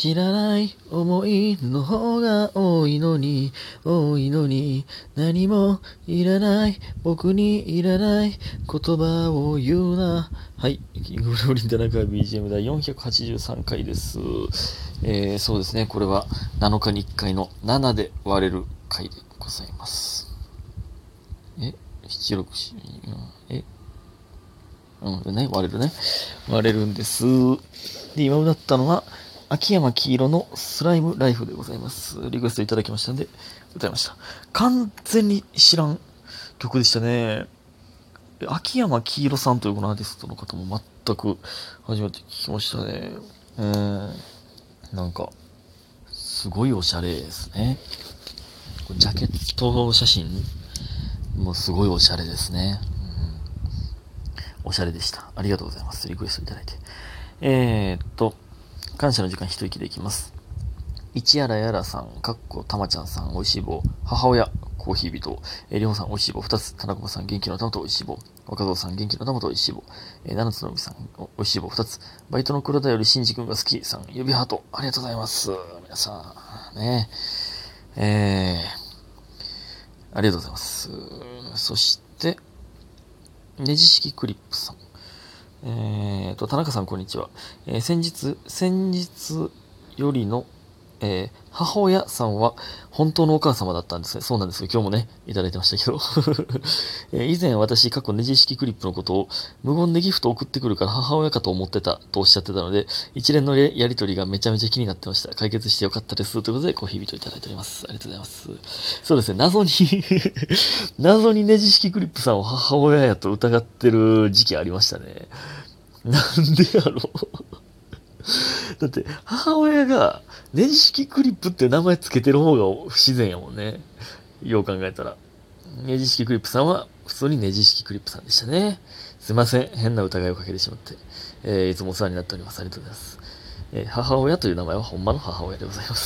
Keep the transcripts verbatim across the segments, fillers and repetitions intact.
知らない思いの方が多いのに、多いのに、何もいらない、僕にいらない言葉を言うな。はい。キングブルーリン田中 ビージーエム 第よんひゃくはちじゅうさんかいです。えー、そうですね。これはなのかにいっかいのななで割れる回でございます。え ?なな、ろく、えうん、ね、割れるね。割れるんです。で、今歌ったのは、秋山黄色のスライムライフでございます。リクエストいただきましたんで、歌いました。完全に知らん曲でしたね。秋山黄色さんというこのアーティストの方も全く初めて聞きましたね。うん。なんか、すごいおしゃれですね。ジャケット写真もすごいおしゃれですね。うん、おしゃれでした。ありがとうございます。リクエストいただいて。えー、っと、感謝の時間一息でいきます。一やらやらさん、かっこたまちゃんさん、おいしい棒、母親、コーヒー人、えー、りょうさん、おいしい棒二つ、田中さん、元気の玉とおいしい棒、若造さん、元気の玉とおいしい棒、えー、七つのみさん、おいしい棒二つ、バイトの黒田よりしんじくんが好きさん、指ハート、ありがとうございます。皆さん、ね、えー、ありがとうございます。そして、ネジ式クリップさん、えーと、田中さん、こんにちは。えー、先日、先日よりの、えー、母親さんは本当のお母様だったんですね。そうなんですよ。今日もね、いただいてましたけど。えー、以前私、過去ネジ式クリップのことを無言でギフト送ってくるから母親かと思ってたとおっしゃってたので、一連のやりとりがめちゃめちゃ気になってました。解決してよかったです。ということで、コーヒー人いただいております。ありがとうございます。そうですね、謎に謎にネジ式クリップさんを母親やと疑ってる時期ありましたね。なんでやろだって、母親がネジ式クリップって名前つけてる方が不自然やもんね。よう考えたら。ネジ式クリップさんは普通にネジ式クリップさんでしたね。すいません。変な疑いをかけてしまって。えー、いつもお世話になっております。ありがとうございます。えー、母親という名前はほんまの母親でございます。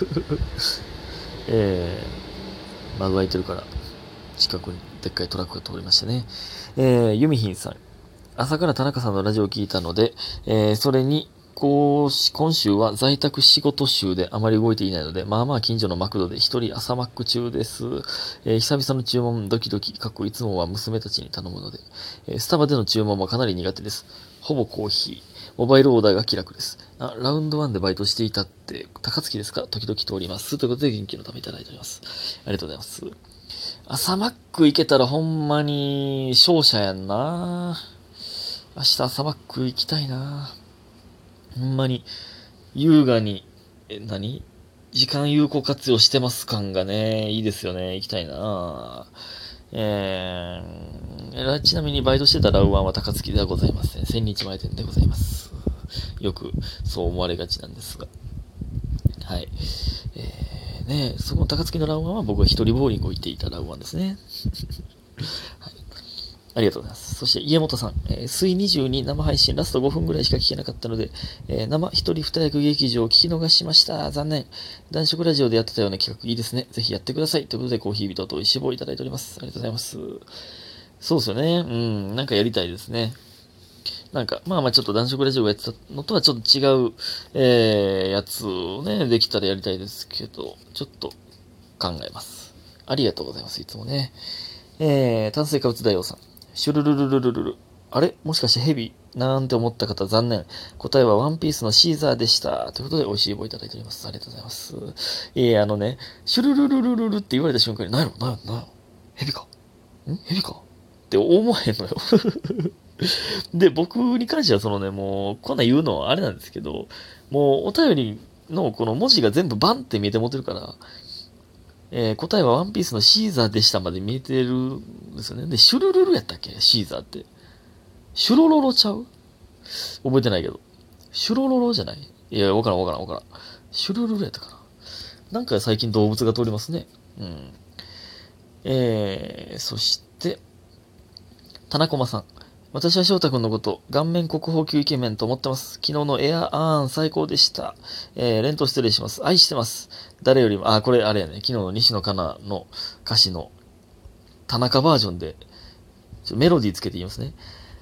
えー、窓開いてるから、近くにでっかいトラックが通りましたね。えー、ユミヒンさん。朝から田中さんのラジオを聞いたので、えー、それに、こう、今週は在宅仕事週であまり動いていないので、まあまあ近所のマクドで一人朝マック中です。えー、久々の注文ドキドキ、かっこいつもは娘たちに頼むので、えー、スタバでの注文もかなり苦手です。ほぼコーヒー。モバイルオーダーが気楽です。あ、ラウンドワンでバイトしていたって、高槻ですか？時々通ります。ということで元気のためいただいております。ありがとうございます。朝マック行けたらほんまに勝者やんな。明日朝マック行きたいな。ほんまに、優雅に、え、何時間有効活用してます感がね、いいですよね。行きたいな。えー、ちなみにバイトしてたラウワンは高槻ではございません。千日前店でございます。よくそう思われがちなんですが。はい。えー、ね、その高槻のラウワンは僕は一人ボーリングを行っていたラウワンですね。はい。ありがとうございます。そして、家元さん、えー、水にじゅうに生配信ラストごふんぐらいしか聞けなかったので、えー、生一人二役劇場を聞き逃しました。残念。男色ラジオでやってたような企画いいですね。ぜひやってください。ということで、コーヒー人と石棒をいただいております。ありがとうございます。そうですよね。うん、なんかやりたいですね。なんか、まあまあちょっと男色ラジオがやってたのとはちょっと違う、えー、やつをね、できたらやりたいですけど、ちょっと考えます。ありがとうございます。いつもね。えー、炭水化物大王さん。シュルルルルルルル。あれもしかしてヘビなんて思った方残念。答えはワンピースのシーザーでした。ということで美味しい棒いただいております。ありがとうございます。えー、あのね、シュルルルルルルって言われた瞬間に、なんやろなんやろなんやろヘビかんヘビかって思わへんのよ。で、僕に関してはそのね、もう、こんなん言うのはあれなんですけど、もうお便りのこの文字が全部バンって見えて持ってるから、えー、答えはワンピースのシーザーでしたまで見えてるんですよね。で、シュルルルやったっけシーザーって。シュロロロちゃう覚えてないけど。シュロロロじゃないいや、わからんわからんわからん。シュルルルやったかな。なんか最近動物が通りますね。うん。えー、そして、田中駒さん。私は翔太くんのこと、顔面国宝級イケメンと思ってます。昨日のエアアーン最高でした。えー、連投失礼します。愛してます。誰よりも、あ、これあれやね。昨日の西野カナの歌詞の田中バージョンで、ちょメロディーつけて言いますね。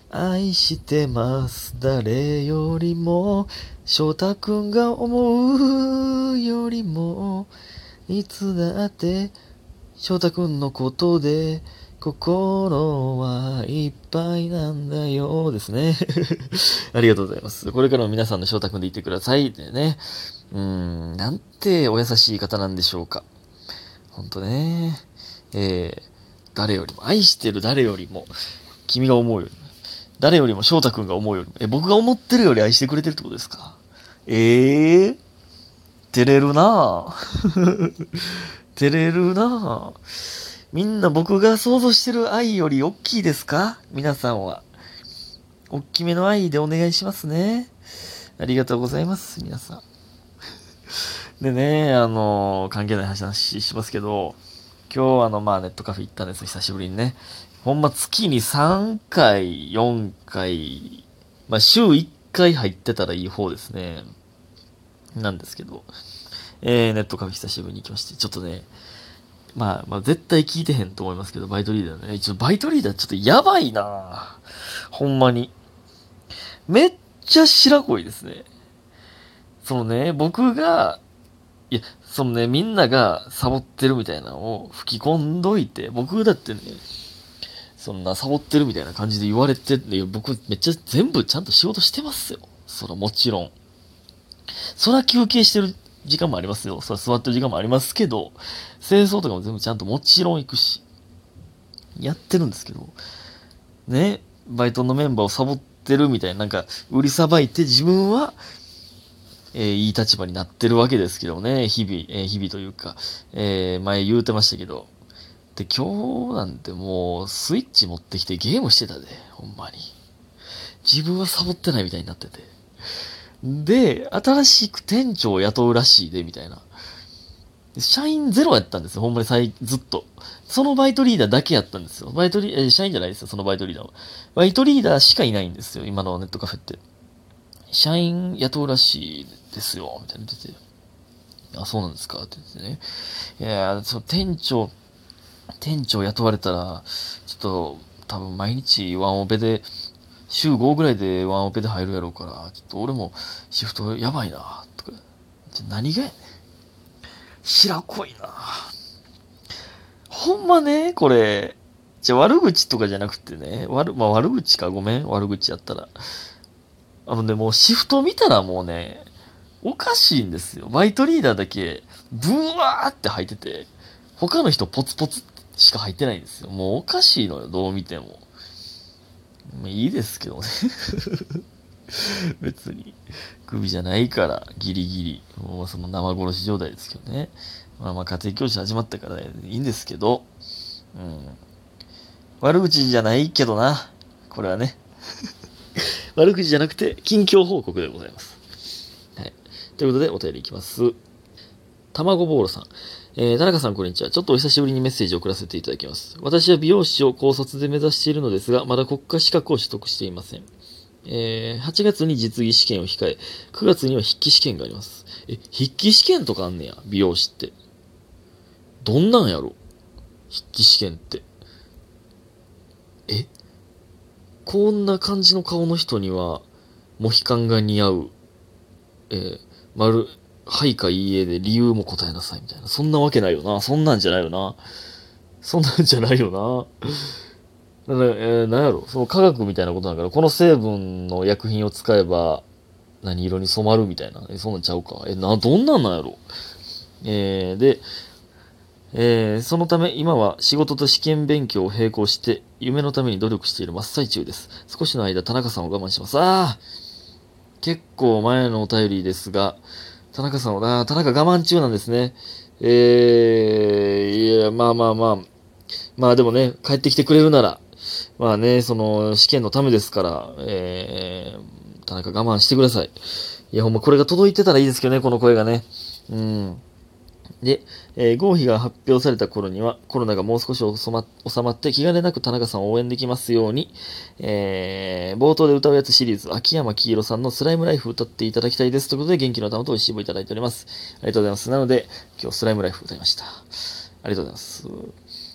愛してます。誰よりも、翔太くんが思うよりも、いつだって、翔太くんのことで、心はいっぱいなんだよですね。ありがとうございます。これからも皆さんの翔太くんでいてください。でね。うーん、なんてお優しい方なんでしょうか。ほんとね。えー、誰よりも、愛してる誰よりも、君が思うよりも、誰よりも翔太くんが思うよりも、え、僕が思ってるより愛してくれてるってことですか？ええー、照れるなぁ。照れるなぁ。みんな僕が想像してる愛より大きいですか？皆さんは。大きめの愛でお願いしますね。ありがとうございます、皆さん。でね、あのー関係ない話しますけど、今日あの、まあネットカフェ行ったんですよ、久しぶりにね。ほんま月にさんかい、よんかい、まあ週いっかい入ってたらいい方ですね。なんですけど、えー、ネットカフェ久しぶりに行きまして、ちょっとね、まあ、まあ絶対聞いてへんと思いますけど、バイトリーダーね。ちょっとバイトリーダーちょっとやばいなほんまに。めっちゃ白濃いですね。そのね、僕が、いや、そのね、みんながサボってるみたいなのを吹き込んどいて、僕だってね、そんなサボってるみたいな感じで言われて、いや僕めっちゃ全部ちゃんと仕事してますよ。そらもちろん。そら休憩してる時間もありますよ。そら座ってる時間もありますけど、清掃とかも全部ちゃんともちろん行くし、やってるんですけど、ね、バイトのメンバーをサボってるみたいな、なんか、売りさばいて自分は、えー、いい立場になってるわけですけどね、日々、えー、日々というか、えー、前言うてましたけど、で、今日なんてもう、スイッチ持ってきてゲームしてたで、ほんまに。自分はサボってないみたいになってて。で、新しく店長を雇うらしいで、みたいな。社員ゼロやったんですよ、ほんまに最、ずっと。そのバイトリーダーだけやったんですよ。バイトリー、えー社員じゃないですよ、そのバイトリーダーは。バイトリーダーしかいないんですよ、今のネットカフェって。社員雇うらしいですよ、みたいな言ってて。あ、そうなんですかって言ってね。いやその店長、店長雇われたら、ちょっと、多分毎日ワンオペで、週ごぐらいでワンオペで入るやろうから、ちょっと俺もシフトやばいな、とか。何がやねん。白濃いな。ほんまね、これ。じゃ、悪口とかじゃなくてね、悪、まあ、悪口か、ごめん、悪口やったら。あのね、もうシフト見たらもうね、おかしいんですよ。バイトリーダーだけ、ブワーって入ってて、他の人ポツポツしか入ってないんですよ。もうおかしいのよ、どう見ても。まあ、いいですけどね。別に。首じゃないから、ギリギリ。もうその生殺し状態ですけどね。まあまあ家庭教師始まったからいいんですけど、うん。悪口じゃないけどな。これはね。悪口じゃなくて、近況報告でございます。はい。ということで、お便りいきます。たまごボーロさん。えー、田中さんこんにちは。ちょっとお久しぶりにメッセージを送らせていただきます。私は美容師を高卒で目指しているのですが、まだ国家資格を取得していません。えー、はちがつに実技試験を控え、くがつには筆記試験があります。え、筆記試験とかあんねや、美容師って。どんなんやろ筆記試験って。えこんな感じの顔の人には、モヒカンが似合う。えー、丸、はいかいいえで理由も答えなさいみたいな。そんなわけないよな。そんなんじゃないよな。そんなんじゃないよな。だから、えー、なんやろ。その科学みたいなことだから、この成分の薬品を使えば、何色に染まるみたいな。え、そんなんちゃうか。え、な、どんなんなんやろ。えー、で、えー、そのため今は仕事と試験勉強を並行して夢のために努力している真っ最中です。少しの間田中さんを我慢します。ああ結構前のお便りですが、田中さんを、ああ、田中我慢中なんですね。えー、いや、まあまあまあ。まあでもね、帰ってきてくれるなら、まあね、その試験のためですから、えー、田中我慢してください。いや、ほんまこれが届いてたらいいですけどね、この声がね。うん。で、えー、合否が発表された頃にはコロナがもう少し収ま収まって気兼ねなく田中さんを応援できますように、えー、冒頭で歌うやつシリーズ、秋山黄色さんのスライムライフ歌っていただきたいです。ということで元気の玉と美味しい棒いただいております。ありがとうございます。なので、今日スライムライフ歌いました。ありがとうございます。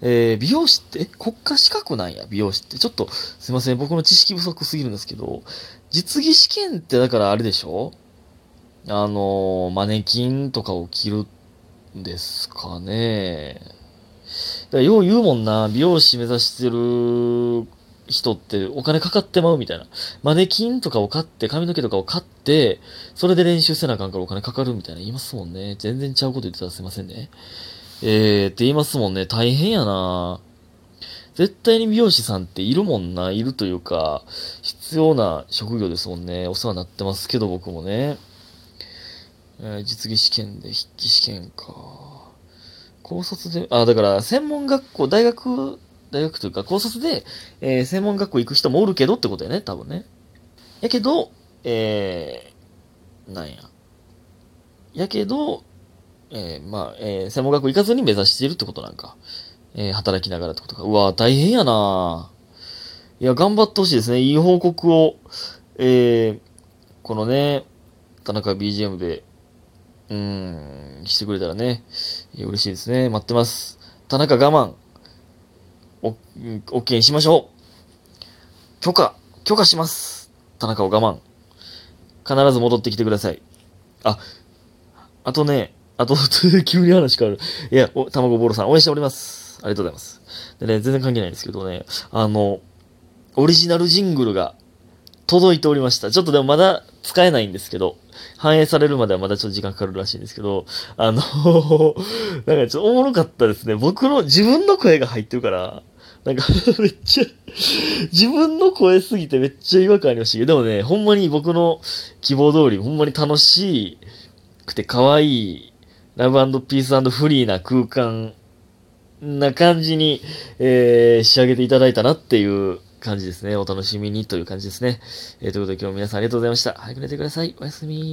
えー、美容師って、国家資格なんや、美容師って。ちょっと、すいません、僕の知識不足すぎるんですけど、実技試験ってだからあれでしょ？あのー、マネキンとかを着るんですかね。だからよう言うもんな、美容師目指してる人ってお金かかってまうみたいな。マネキンとかを買って、髪の毛とかを買って、それで練習せなあかんからお金かかるみたいな言いますもんね。全然ちゃうこと言ってたらすいませんね。えーって言いますもんね。大変やな。絶対に美容師さんっているもんな。いるというか、必要な職業ですもんね。お世話になってますけど、僕もね。えー実技試験で筆記試験か。高卒で、あ、だから、専門学校、大学、大学というか、高卒で、えー専門学校行く人もおるけどってことやね、多分ね。やけど、えー、なんや。やけど、えー、まあ、えー専門学校行かずに目指しているってことなんか。えー働きながらってことか。うわ、大変やないや、頑張ってほしいですね。いい報告を、えー、このね、田中 ビージーエム で、うーん、してくれたらね、いや嬉しいですね。待ってます。田中我慢。お、うん OK にしましょう。許可、許可します。田中を我慢。必ず戻ってきてください。あ、あとね、あと、急に話変わる。いや、お、卵ボロさん、応援しております。ありがとうございます。でね、全然関係ないんですけどね、あの、オリジナルジングルが届いておりました。ちょっとでもまだ使えないんですけど、反映されるまではまだちょっと時間かかるらしいんですけど、あの、なんかちょっとおもろかったですね。僕の自分の声が入ってるから、なんかめっちゃ、自分の声すぎてめっちゃ違和感ありましたけど、でもね、ほんまに僕の希望通り、ほんまに楽しくて可愛い、ラブピースフリーな空間な感じに、えー、仕上げていただいたなっていう感じですね。お楽しみにという感じですね。えー、ということで今日も皆さんありがとうございました。早く寝てください。おやすみ。